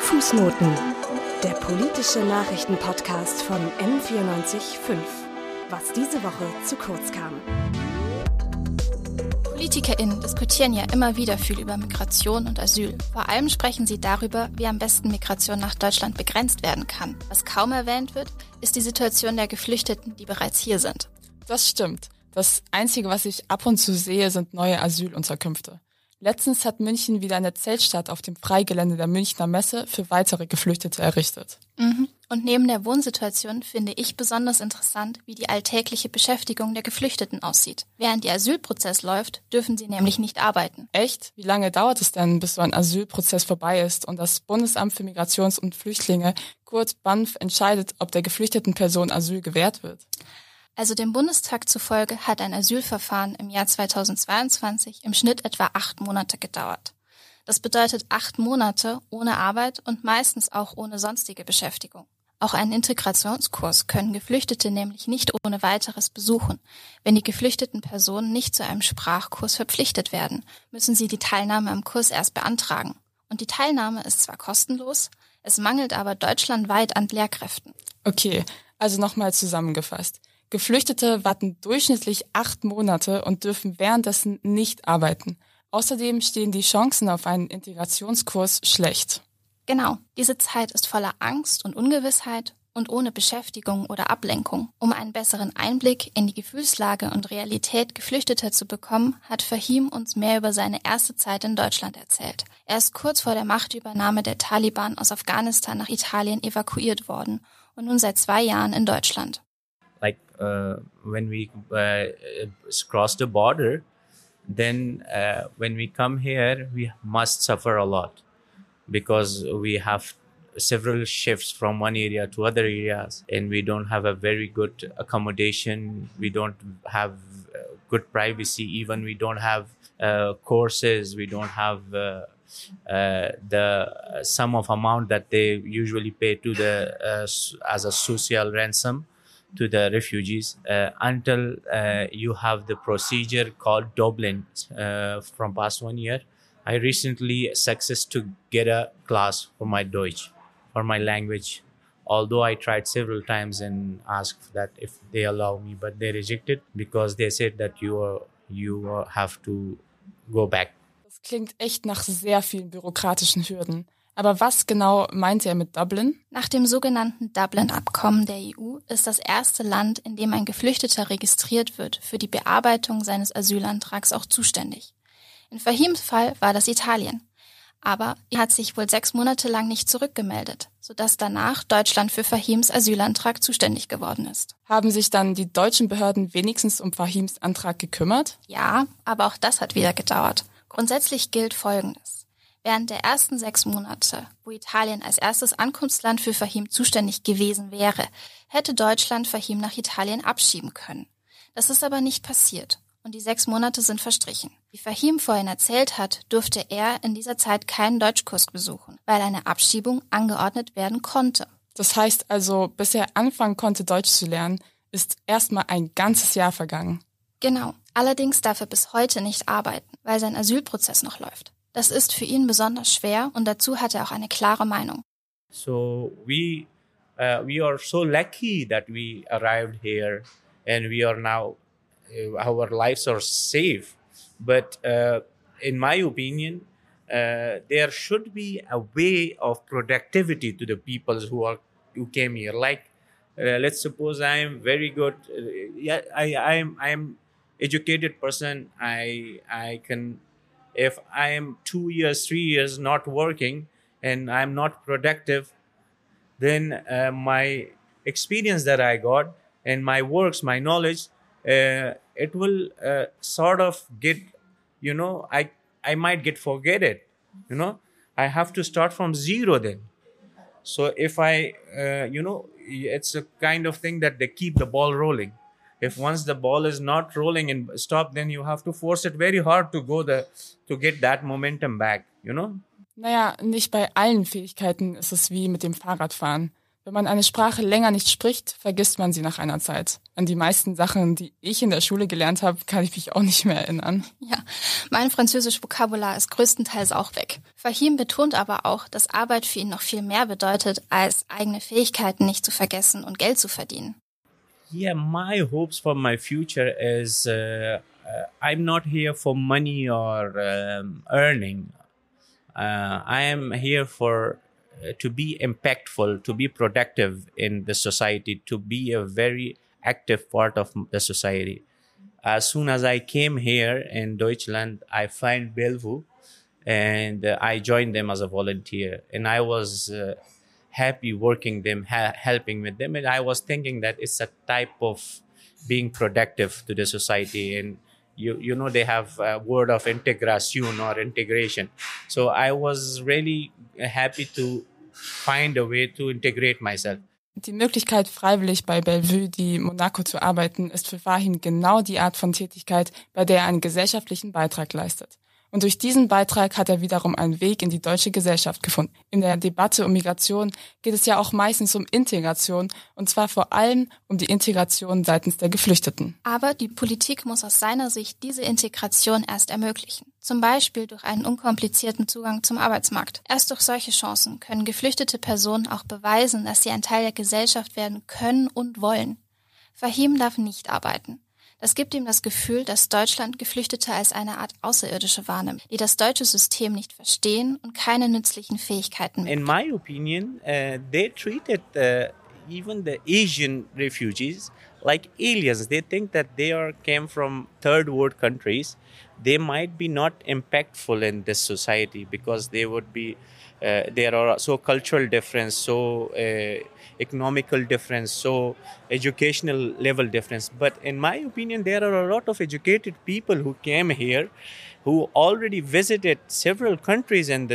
Fußnoten, der politische Nachrichtenpodcast von M94.5. Was diese Woche zu kurz kam. PolitikerInnen diskutieren ja immer wieder viel über Migration und Asyl. Vor allem sprechen sie darüber, wie am besten Migration nach Deutschland begrenzt werden kann. Was kaum erwähnt wird, ist die Situation der Geflüchteten, die bereits hier sind. Das stimmt. Das Einzige, was ich ab und zu sehe, sind neue Asylunterkünfte. Letztens hat München wieder eine Zeltstadt auf dem Freigelände der Münchner Messe für weitere Geflüchtete errichtet. Und neben der Wohnsituation finde ich besonders interessant, wie die alltägliche Beschäftigung der Geflüchteten aussieht. Während der Asylprozess läuft, dürfen sie nämlich nicht arbeiten. Echt? Wie lange dauert es denn, bis so ein Asylprozess vorbei ist und das Bundesamt für Migrations- und Flüchtlinge, kurz BAMF, entscheidet, ob der geflüchteten Person Asyl gewährt wird? Also dem Bundestag zufolge hat ein Asylverfahren im Jahr 2022 im Schnitt etwa 8 Monate gedauert. Das bedeutet 8 Monate ohne Arbeit und meistens auch ohne sonstige Beschäftigung. Auch einen Integrationskurs können Geflüchtete nämlich nicht ohne weiteres besuchen. Wenn die geflüchteten Personen nicht zu einem Sprachkurs verpflichtet werden, müssen sie die Teilnahme am Kurs erst beantragen. Und die Teilnahme ist zwar kostenlos, es mangelt aber deutschlandweit an Lehrkräften. Okay, also nochmal zusammengefasst. Geflüchtete warten durchschnittlich 8 Monate und dürfen währenddessen nicht arbeiten. Außerdem stehen die Chancen auf einen Integrationskurs schlecht. Genau, diese Zeit ist voller Angst und Ungewissheit und ohne Beschäftigung oder Ablenkung. Um einen besseren Einblick in die Gefühlslage und Realität Geflüchteter zu bekommen, hat Fahim uns mehr über seine erste Zeit in Deutschland erzählt. Er ist kurz vor der Machtübernahme der Taliban aus Afghanistan nach Italien evakuiert worden und nun seit 2 Jahren in Deutschland. When we cross the border, then when we come here, we must suffer a lot because we have several shifts from one area to other areas, and we don't have a very good accommodation. We don't have good privacy. Even we don't have courses. We don't have the sum of amount that they usually pay to as a social ransom to the refugees until you have the procedure called Dublin from past 1 year. I recently success to get a class for my Deutsch, for my language, although I tried several times and asked that if they allow me, but they rejected because they said that you have to go back. Das klingt echt nach sehr vielen bürokratischen Hürden. Aber was genau meinte er mit Dublin? Nach dem sogenannten Dublin-Abkommen der EU ist das erste Land, in dem ein Geflüchteter registriert wird, für die Bearbeitung seines Asylantrags auch zuständig. In Fahims Fall war das Italien. Aber er hat sich wohl 6 Monate lang nicht zurückgemeldet, sodass danach Deutschland für Fahims Asylantrag zuständig geworden ist. Haben sich dann die deutschen Behörden wenigstens um Fahims Antrag gekümmert? Ja, aber auch das hat wieder gedauert. Grundsätzlich gilt Folgendes. Während der ersten 6 Monate, wo Italien als erstes Ankunftsland für Fahim zuständig gewesen wäre, hätte Deutschland Fahim nach Italien abschieben können. Das ist aber nicht passiert und die 6 Monate sind verstrichen. Wie Fahim vorhin erzählt hat, durfte er in dieser Zeit keinen Deutschkurs besuchen, weil eine Abschiebung angeordnet werden konnte. Das heißt also, bis er anfangen konnte, Deutsch zu lernen, ist erstmal ein ganzes Jahr vergangen. Genau. Allerdings darf er bis heute nicht arbeiten, weil sein Asylprozess noch läuft. Das ist für ihn besonders schwer und dazu hat er auch eine klare Meinung. So we are so lucky that we arrived here and we are now, our lives are safe. But in my opinion, there should be a way of productivity to the people who came here. Like, let's suppose I am very good. I am educated person. I can. If I am 2 years, 3 years not working and I'm not productive, then my experience that I got and my works, my knowledge, it will sort of get, I might get forgetted, I have to start from zero then. So if it's a kind of thing that they keep the ball rolling. If once the ball is not rolling and stop, then you have to force it very hard to get that momentum back, Naja, nicht bei allen Fähigkeiten ist es wie mit dem Fahrradfahren. Wenn man eine Sprache länger nicht spricht, vergisst man sie nach einer Zeit. An die meisten Sachen, die ich in der Schule gelernt habe, kann ich mich auch nicht mehr erinnern. Ja, mein französisches Vokabular ist größtenteils auch weg. Fahim betont aber auch, dass Arbeit für ihn noch viel mehr bedeutet, als eigene Fähigkeiten nicht zu vergessen und Geld zu verdienen. Yeah, my hopes for my future is I'm not here for money or earning. I am here for to be impactful, to be productive in the society, to be a very active part of the society. As soon as I came here in Deutschland, I find Bellevue and I joined them as a volunteer. And I was happy working them, helping with them. And I was thinking that it's a type of being productive to the society. And you know, they have a word of integration or integration. So I was really happy to find a way to integrate myself. Die Möglichkeit, freiwillig bei Bellevue di Monaco zu arbeiten, ist für Fahim genau die Art von Tätigkeit, bei der er einen gesellschaftlichen Beitrag leistet. Und durch diesen Beitrag hat er wiederum einen Weg in die deutsche Gesellschaft gefunden. In der Debatte um Migration geht es ja auch meistens um Integration, und zwar vor allem um die Integration seitens der Geflüchteten. Aber die Politik muss aus seiner Sicht diese Integration erst ermöglichen. Zum Beispiel durch einen unkomplizierten Zugang zum Arbeitsmarkt. Erst durch solche Chancen können geflüchtete Personen auch beweisen, dass sie ein Teil der Gesellschaft werden können und wollen. Fahim darf nicht arbeiten. Das gibt ihm das Gefühl, dass Deutschland Geflüchtete als eine Art Außerirdische wahrnimmt, die das deutsche System nicht verstehen und keine nützlichen Fähigkeiten mitbringen. In my opinion, they treated even the Asian refugees like aliens. They think that came from third world countries. They might be not impactful in this society because they would be there are so cultural difference, so economical difference, so educational level difference. But in my opinion, there are a lot of educated people who came here, who already visited several countries in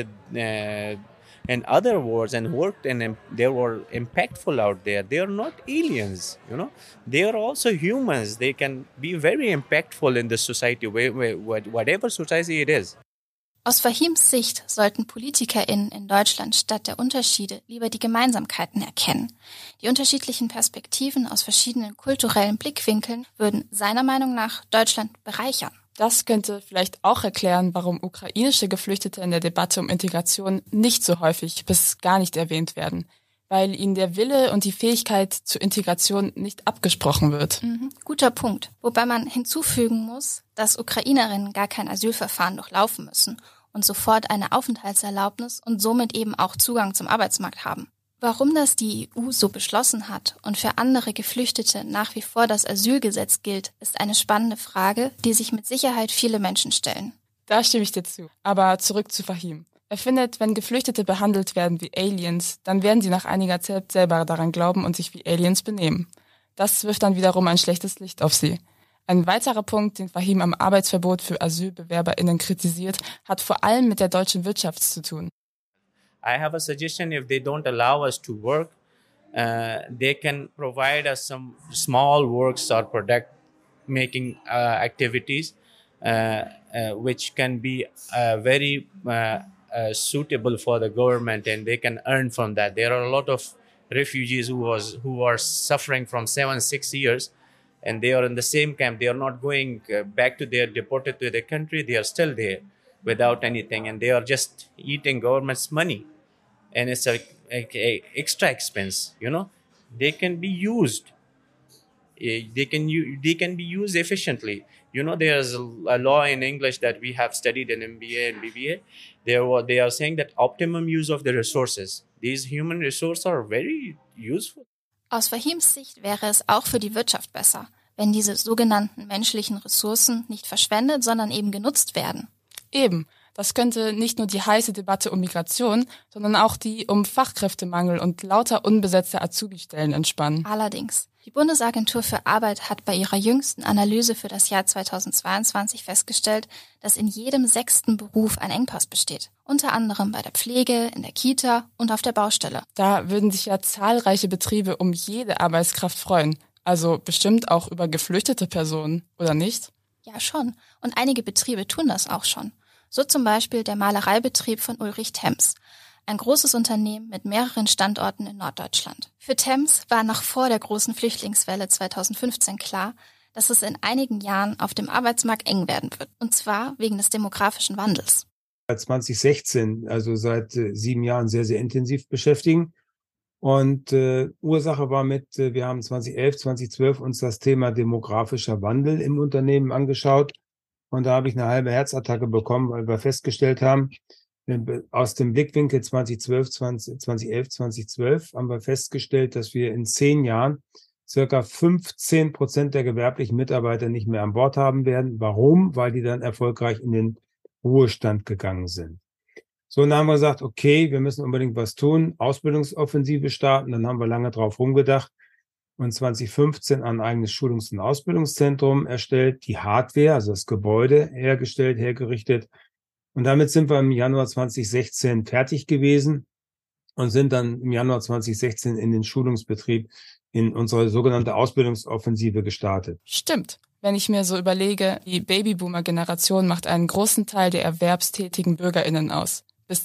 other wars and worked, and they were impactful out there. They are not aliens, you know. They are also humans. They can be very impactful in the society, whatever society it is. Aus Fahims Sicht sollten PolitikerInnen in Deutschland statt der Unterschiede lieber die Gemeinsamkeiten erkennen. Die unterschiedlichen Perspektiven aus verschiedenen kulturellen Blickwinkeln würden seiner Meinung nach Deutschland bereichern. Das könnte vielleicht auch erklären, warum ukrainische Geflüchtete in der Debatte um Integration nicht so häufig bis gar nicht erwähnt werden, weil ihnen der Wille und die Fähigkeit zur Integration nicht abgesprochen wird. Guter Punkt. Wobei man hinzufügen muss, dass Ukrainerinnen gar kein Asylverfahren durchlaufen müssen und sofort eine Aufenthaltserlaubnis und somit eben auch Zugang zum Arbeitsmarkt haben. Warum das die EU so beschlossen hat und für andere Geflüchtete nach wie vor das Asylgesetz gilt, ist eine spannende Frage, die sich mit Sicherheit viele Menschen stellen. Da stimme ich dir zu. Aber zurück zu Fahim. Er findet, wenn Geflüchtete behandelt werden wie Aliens, dann werden sie nach einiger Zeit selber daran glauben und sich wie Aliens benehmen. Das wirft dann wiederum ein schlechtes Licht auf sie. Ein weiterer Punkt, den Fahim am Arbeitsverbot für AsylbewerberInnen kritisiert, hat vor allem mit der deutschen Wirtschaft zu tun. I have a suggestion: if they don't allow us to work, they can provide us some small works or product making activities, which can be very suitable for the government, and they can earn from that. There are a lot of refugees who are suffering from 6 years, and they are in the same camp. They are not going back to deported to their country. They are still there without anything, and they are just eating government's money, and it's a extra expense. You know, they can be used. They can be used efficiently. You know, there's a law in English that we have studied in MBA and BBA. They are saying that optimum use of the resources. These human resources are very useful. Aus Fahims Sicht wäre es auch für die Wirtschaft besser, wenn diese sogenannten menschlichen Ressourcen nicht verschwendet, sondern eben genutzt werden. Eben. Das könnte nicht nur die heiße Debatte um Migration, sondern auch die um Fachkräftemangel und lauter unbesetzte Azubi-Stellen entspannen. Allerdings. Die Bundesagentur für Arbeit hat bei ihrer jüngsten Analyse für das Jahr 2022 festgestellt, dass in jedem 6. Beruf ein Engpass besteht. Unter anderem bei der Pflege, in der Kita und auf der Baustelle. Da würden sich ja zahlreiche Betriebe um jede Arbeitskraft freuen. Also bestimmt auch über geflüchtete Personen, oder nicht? Ja, schon. Und einige Betriebe tun das auch schon. So zum Beispiel der Malereibetrieb von Ulrich Temms. ein großes Unternehmen mit mehreren Standorten in Norddeutschland. Für Temms war noch vor der großen Flüchtlingswelle 2015 klar, dass es in einigen Jahren auf dem Arbeitsmarkt eng werden wird, und zwar wegen des demografischen Wandels. 2016, also seit 7 Jahren sehr, sehr intensiv beschäftigen. Und Ursache war wir haben 2011, 2012 uns das Thema demografischer Wandel im Unternehmen angeschaut. Und da habe ich eine halbe Herzattacke bekommen, weil wir festgestellt haben, aus dem Blickwinkel 2011, 2012 haben wir festgestellt, dass wir in 10 Jahren circa 15% der gewerblichen Mitarbeiter nicht mehr an Bord haben werden. Warum? Weil die dann erfolgreich in den Ruhestand gegangen sind. So, dann haben wir gesagt, okay, wir müssen unbedingt was tun, Ausbildungsoffensive starten. Dann haben wir lange drauf rumgedacht und 2015 ein eigenes Schulungs- und Ausbildungszentrum erstellt, die Hardware, also das Gebäude hergestellt, hergerichtet. Und damit sind wir im Januar 2016 fertig gewesen und sind dann im Januar 2016 in den Schulungsbetrieb in unsere sogenannte Ausbildungsoffensive gestartet. Stimmt. Wenn ich mir so überlege, die Babyboomer-Generation macht einen großen Teil der erwerbstätigen BürgerInnen aus. Bis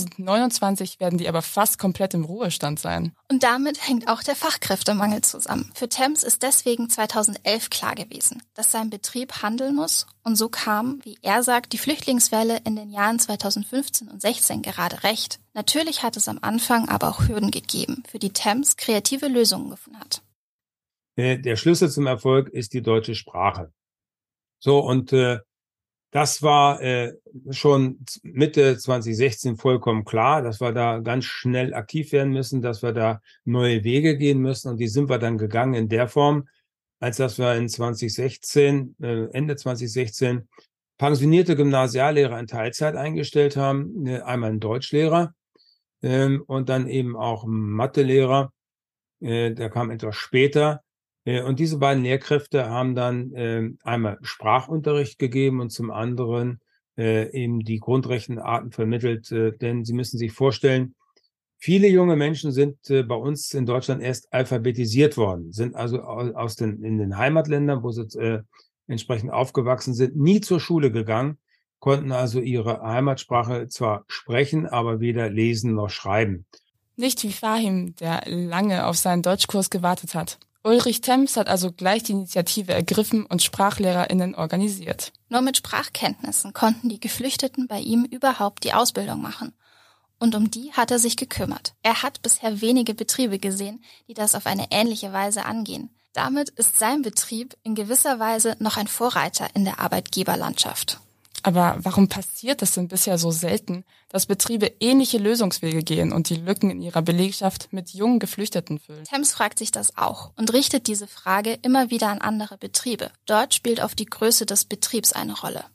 2029 werden die aber fast komplett im Ruhestand sein. Und damit hängt auch der Fachkräftemangel zusammen. Für Temms ist deswegen 2011 klar gewesen, dass sein Betrieb handeln muss. Und so kam, wie er sagt, die Flüchtlingswelle in den Jahren 2015 und 16 gerade recht. Natürlich hat es am Anfang aber auch Hürden gegeben, für die Temms kreative Lösungen gefunden hat. Der Schlüssel zum Erfolg ist die deutsche Sprache. So, und das war schon Mitte 2016 vollkommen klar, dass wir da ganz schnell aktiv werden müssen, dass wir da neue Wege gehen müssen. Und die sind wir dann gegangen in der Form, als dass wir in 2016, Ende 2016, pensionierte Gymnasiallehrer in Teilzeit eingestellt haben. Einmal einen Deutschlehrer und dann eben auch einen Mathelehrer. Der kam etwas später. Und diese beiden Lehrkräfte haben dann einmal Sprachunterricht gegeben und zum anderen eben die Grundrechenarten vermittelt. Denn Sie müssen sich vorstellen, viele junge Menschen sind bei uns in Deutschland erst alphabetisiert worden, sind also in den Heimatländern, wo sie entsprechend aufgewachsen sind, nie zur Schule gegangen, konnten also ihre Heimatsprache zwar sprechen, aber weder lesen noch schreiben. Nicht wie Fahim, der lange auf seinen Deutschkurs gewartet hat. Ulrich Temms hat also gleich die Initiative ergriffen und SprachlehrerInnen organisiert. Nur mit Sprachkenntnissen konnten die Geflüchteten bei ihm überhaupt die Ausbildung machen. Und um die hat er sich gekümmert. Er hat bisher wenige Betriebe gesehen, die das auf eine ähnliche Weise angehen. Damit ist sein Betrieb in gewisser Weise noch ein Vorreiter in der Arbeitgeberlandschaft. Aber warum passiert das denn bisher so selten, dass Betriebe ähnliche Lösungswege gehen und die Lücken in ihrer Belegschaft mit jungen Geflüchteten füllen? Temms fragt sich das auch und richtet diese Frage immer wieder an andere Betriebe. Dort spielt auf die Größe des Betriebs eine Rolle.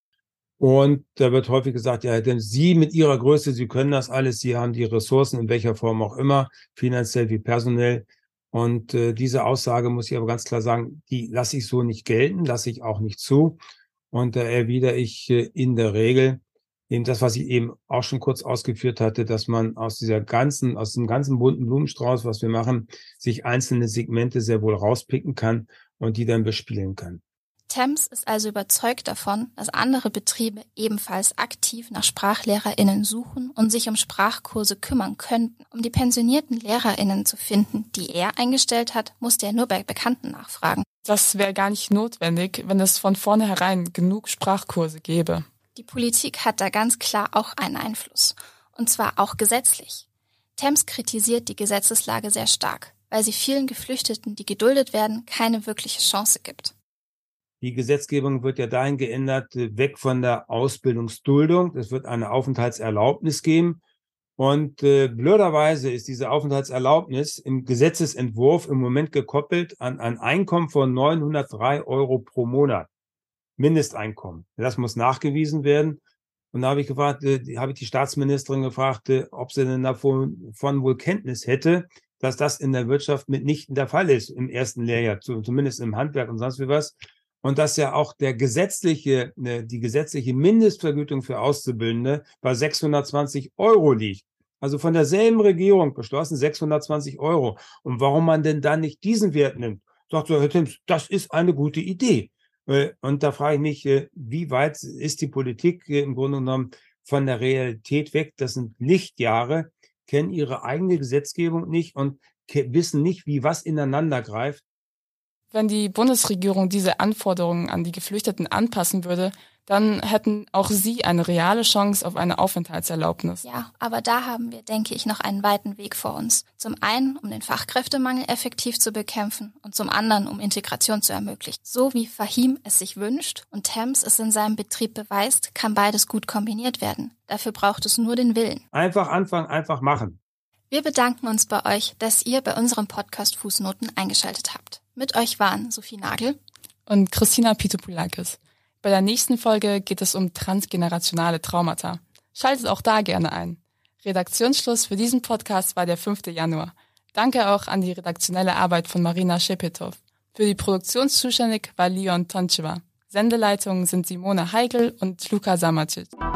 Und da wird häufig gesagt, ja, denn Sie mit Ihrer Größe, Sie können das alles, Sie haben die Ressourcen in welcher Form auch immer, finanziell wie personell. Und diese Aussage muss ich aber ganz klar sagen, die lasse ich so nicht gelten, lasse ich auch nicht zu. Und da erwidere ich in der Regel eben das, was ich eben auch schon kurz ausgeführt hatte, dass man aus dem ganzen bunten Blumenstrauß, was wir machen, sich einzelne Segmente sehr wohl rauspicken kann und die dann bespielen kann. Temms ist also überzeugt davon, dass andere Betriebe ebenfalls aktiv nach SprachlehrerInnen suchen und sich um Sprachkurse kümmern könnten. Um die pensionierten LehrerInnen zu finden, die er eingestellt hat, musste er nur bei Bekannten nachfragen. Das wäre gar nicht notwendig, wenn es von vornherein genug Sprachkurse gäbe. Die Politik hat da ganz klar auch einen Einfluss. Und zwar auch gesetzlich. Temms kritisiert die Gesetzeslage sehr stark, weil sie vielen Geflüchteten, die geduldet werden, keine wirkliche Chance gibt. Die Gesetzgebung wird ja dahin geändert, weg von der Ausbildungsduldung. Es wird eine Aufenthaltserlaubnis geben. Und blöderweise ist diese Aufenthaltserlaubnis im Gesetzesentwurf im Moment gekoppelt an ein Einkommen von 903 Euro pro Monat. Mindesteinkommen. Das muss nachgewiesen werden. Und da habe ich die Staatsministerin gefragt, ob sie denn davon wohl Kenntnis hätte, dass das in der Wirtschaft mitnichten der Fall ist im ersten Lehrjahr, zumindest im Handwerk und sonst wie was. Und dass ja auch die gesetzliche Mindestvergütung für Auszubildende bei 620 Euro liegt. Also von derselben Regierung beschlossen 620 Euro. Und warum man denn dann nicht diesen Wert nimmt? Sagt so, Herr Timms, das ist eine gute Idee. Und da frage ich mich, wie weit ist die Politik im Grunde genommen von der Realität weg. Das sind Lichtjahre, kennen ihre eigene Gesetzgebung nicht und wissen nicht, wie was ineinander greift. Wenn die Bundesregierung diese Anforderungen an die Geflüchteten anpassen würde, dann hätten auch sie eine reale Chance auf eine Aufenthaltserlaubnis. Ja, aber da haben wir, denke ich, noch einen weiten Weg vor uns. Zum einen, um den Fachkräftemangel effektiv zu bekämpfen und zum anderen, um Integration zu ermöglichen. So wie Fahim es sich wünscht und Thames es in seinem Betrieb beweist, kann beides gut kombiniert werden. Dafür braucht es nur den Willen. Einfach anfangen, einfach machen. Wir bedanken uns bei euch, dass ihr bei unserem Podcast Fußnoten eingeschaltet habt. Mit euch waren Sophie Nagel und Christina Pitopoulakis. Bei der nächsten Folge geht es um transgenerationale Traumata. Schaltet auch da gerne ein. Redaktionsschluss für diesen Podcast war der 5. Januar. Danke auch an die redaktionelle Arbeit von Marina Schepetow. Für die Produktion zuständig war Leon Toncheva. Sendeleitungen sind Simone Heigl und Luka Samacic.